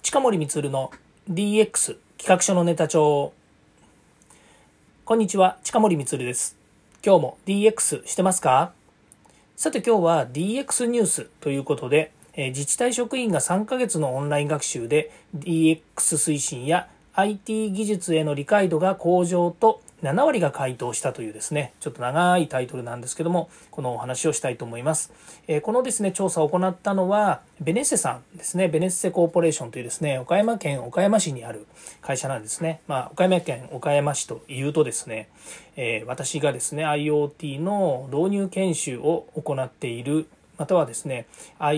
近森光の DX 企画書のネタ帳。こんにちは、近森光です。今日も DX してますか？さて今日は DX ニュースということで、自治体職員が3ヶ月のオンライン学習で DX 推進や IT 技術への理解度が向上と7割が回答したというですね、ちょっと長いタイトルなんですけども、このお話をしたいと思います。このですね、調査を行ったのはベネッセさんですね。ベネッセコーポレーションというですね、岡山県岡山市にある会社なんですね。岡山県岡山市というとですね、私がですね IoT の導入研修を行っている、またはですね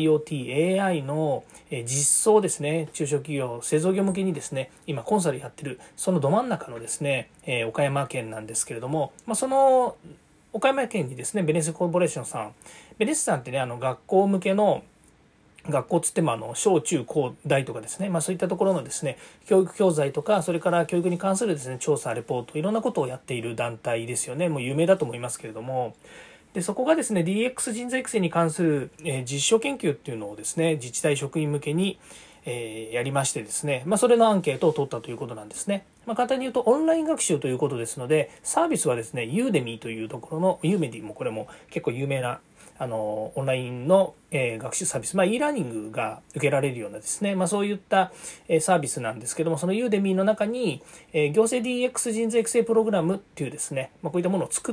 IoT、AI の実装ですね、中小企業、製造業向けにですね、今コンサルやってるそのど真ん中のですね、岡山県なんですけれども、その岡山県にですね、ベネッセコーポレーションさん、ベネッセさんってね、学校向けの学校つっても小中高大とかですね、そういったところのですね教育教材とか、それから教育に関するですね調査レポート、いろんなことをやっている団体ですよね。もう有名だと思いますけれども、でそこがですね DX 人材育成に関する実証研究っていうのをですね自治体職員向けにやりましてですね、それのアンケートを取ったということなんですね。簡単に言うとオンライン学習ということですので、サービスはですねユーデミーというところの、ユーメディもこれも結構有名なオンラインの学習サービス、e ラーニングが受けられるようなですね、そういったサービスなんですけども、そのユーデミーの中に行政 DX 人材育成プログラムっていうですね、こういったものを作って、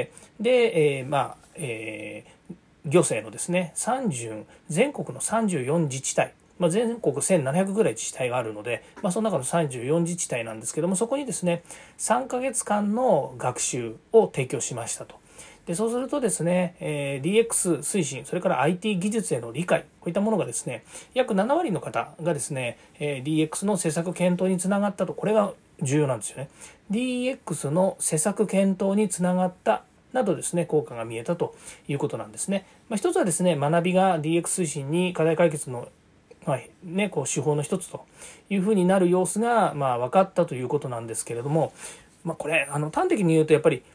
で、行政のですね全国の34自治体、全国1700ぐらい自治体があるので、その中の34自治体なんですけども、そこにですね3ヶ月間の学習を提供しましたと。でそうするとですね、DX 推進、それから IT 技術への理解、こういったものがですね約7割の方がですね、DX の施策検討につながったと。これが重要なんですよね。 DX の施策検討につながったなどですね効果が見えたということなんですね。一つはですね、学びが DX 推進に課題解決のこう手法の一つというふうになる様子が分かったということなんですけれども、これ端的に言うとやっぱり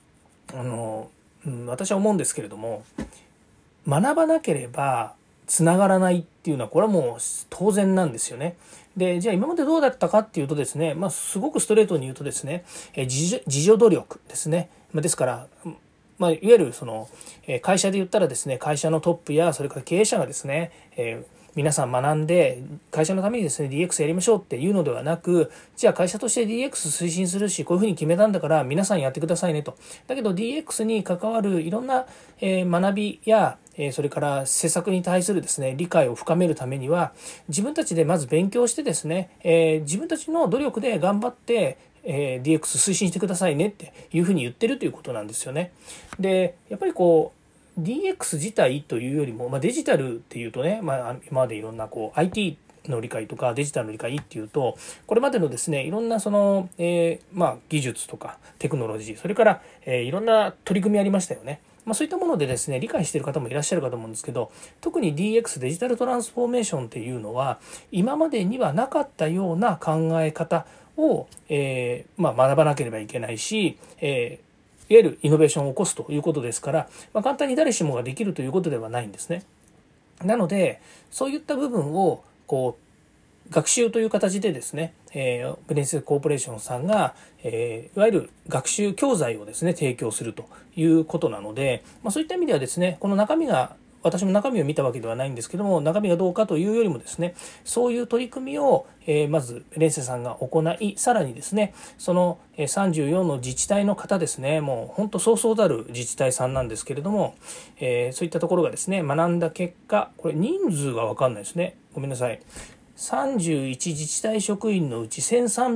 私は思うんですけれども、学ばなければつながらないっていうのはこれはもう当然なんですよね。でじゃあ今までどうだったかっていうとですね、すごくストレートに言うとですね、自助努力ですね。ですからいわゆるその会社で言ったらですね、会社のトップやそれから経営者がですね、皆さん学んで会社のためにですね DX やりましょうっていうのではなく、じゃあ会社として DX 推進するし、こういうふうに決めたんだから皆さんやってくださいねと。だけど DX に関わるいろんな学びやそれから施策に対するですね理解を深めるためには、自分たちでまず勉強してですね、自分たちの努力で頑張ってDX 推進してくださいねっていうふうに言ってるということなんですよね。でやっぱりこうDX 自体というよりも、デジタルっていうとね、今までいろんなIT の理解とかデジタルの理解っていうと、これまでのですねいろんなその、技術とかテクノロジー、それから、いろんな取り組みありましたよね。そういったものでですね理解している方もいらっしゃるかと思うんですけど、特に DX デジタルトランスフォーメーションっていうのは今までにはなかったような考え方を、学ばなければいけないし、いわゆるイノベーションを起こすということですから、簡単に誰しもができるということではないんですね。なのでそういった部分を学習という形でですね、ベネッセコーポレーションさんが、いわゆる学習教材をですね提供するということなので、そういった意味ではですね、この中身が、私も中身を見たわけではないんですけども、中身がどうかというよりもですね、そういう取り組みをまずベネッセさんが行い、さらにですねその34の自治体の方ですね、もう本当そうそうたる自治体さんなんですけれども、そういったところがですね学んだ結果、これ人数が分かんないですね、ごめんなさい。31自治体職員のうち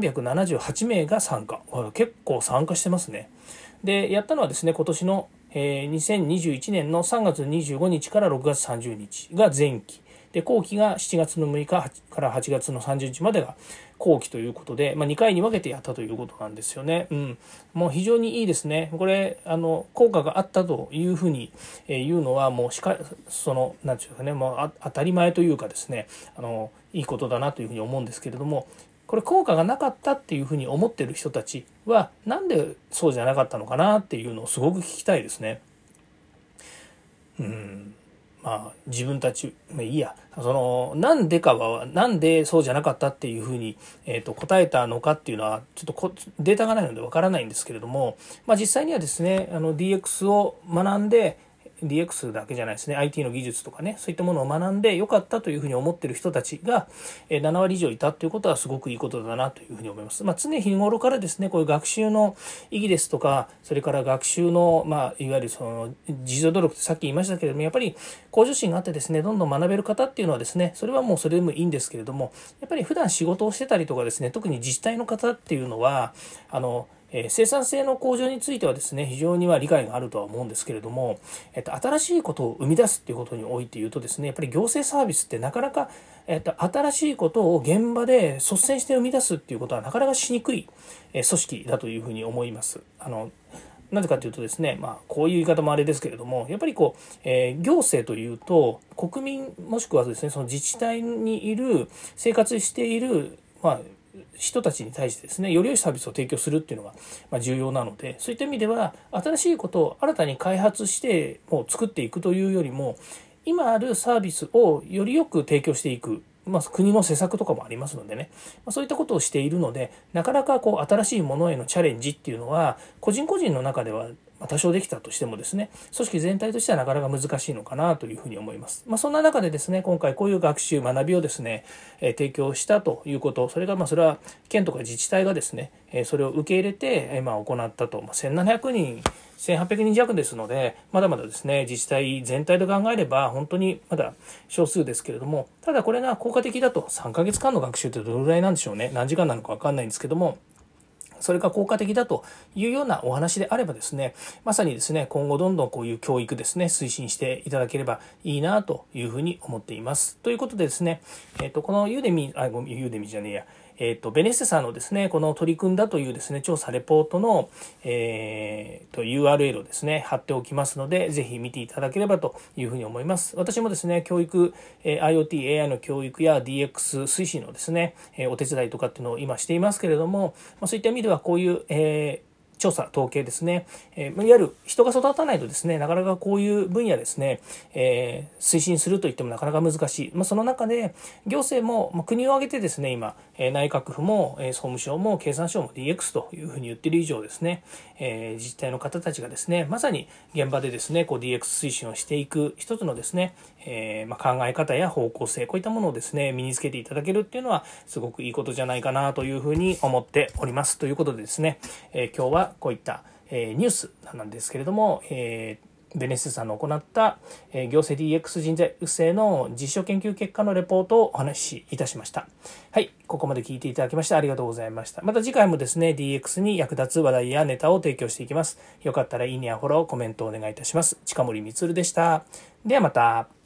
1378名が参加。結構参加してますね。でやったのはですね、今年の2021年の3月25日から6月30日が前期で、後期が7月の6日から8月の30日までが後期ということで、2回に分けてやったということなんですよね。もう非常にいいですね。これ効果があったというふうに言うのはもうそのなんていうかね、当たり前というかですね、いいことだなというふうに思うんですけれども、これ効果がなかったっていうふうに思ってる人たちはなんでそうじゃなかったのかなっていうのをすごく聞きたいですね。 自分たち、いいや、なんでかは、なんでそうじゃなかったっていうふうに、答えたのかっていうのは、ちょっとデータがないのでわからないんですけれども、実際にはですね、DX を学んで、DX だけじゃないですね、 IT の技術とかね、そういったものを学んでよかったというふうに思っている人たちが7割以上いたということはすごくいいことだなというふうに思います。常日頃からですね、こういう学習の意義ですとか、それから学習の、いわゆるその自助努力ってさっき言いましたけれども、やっぱり向上心があってですね、どんどん学べる方っていうのはですね、それはもうそれでもいいんですけれども、やっぱり普段仕事をしてたりとかですね、特に自治体の方っていうのは生産性の向上についてはですね、非常には理解があるとは思うんですけれども、新しいことを生み出すっていうことにおいて言うとですね、やっぱり行政サービスってなかなか、新しいことを現場で率先して生み出すっていうことはなかなかしにくい、組織だというふうに思います。なぜかというとですね、こういう言い方もあれですけれども、やっぱり行政というと国民もしくはですね、その自治体にいる生活している人たちに対してですね、より良いサービスを提供するっていうのが重要なので、そういった意味では新しいことを新たに開発してもう作っていくというよりも、今あるサービスをよりよく提供していく、国の施策とかもありますのでね、そういったことをしているので、なかなか新しいものへのチャレンジっていうのは個人個人の中では多少できたとしてもですね、組織全体としてはなかなか難しいのかなというふうに思います。そんな中でですね、今回こういう学びをですね、提供したということ、それがそれは県とか自治体がですね、それを受け入れて行ったと、1700人1800人弱ですので、まだまだですね、自治体全体と考えれば本当にまだ少数ですけれども、ただこれが効果的だと、3ヶ月間の学習ってどれぐらいなんでしょうね、何時間なのか分かんないんですけども、それが効果的だというようなお話であればですね、まさにですね、今後どんどんこういう教育ですね、推進していただければいいなというふうに思っています。ということでですね、このユーデミじゃねえや、ベネッセさんのですね、この取り組んだというですね、調査レポートの、URL をですね、貼っておきますので、ぜひ見ていただければというふうに思います。私もですね、教育、IoT、AI の教育や DX 推進のですね、お手伝いとかっていうのを今していますけれども、そういった意味ではこういう、調査統計ですね、いわゆる人が育たないとですね、なかなかこういう分野ですね、推進するといってもなかなか難しい。その中で行政も、国を挙げてですね、今内閣府も総務省も経産省も DX というふうに言っている以上ですね、自治体の方たちがですね、まさに現場でですね、DX 推進をしていく一つのですね、考え方や方向性、こういったものをですね、身につけていただけるっていうのはすごくいいことじゃないかなというふうに思っております。ということでですね、今日はこういった、ニュースなんですけれども、ベネッセさんの行った、行政 DX 人材育成の実証研究結果のレポートをお話しいたしました。はい、ここまで聞いていただきましてありがとうございました。また次回もですね、DX に役立つ話題やネタを提供していきます。よかったらいいねやフォロー、コメントをお願いいたします。近森光でした。ではまた。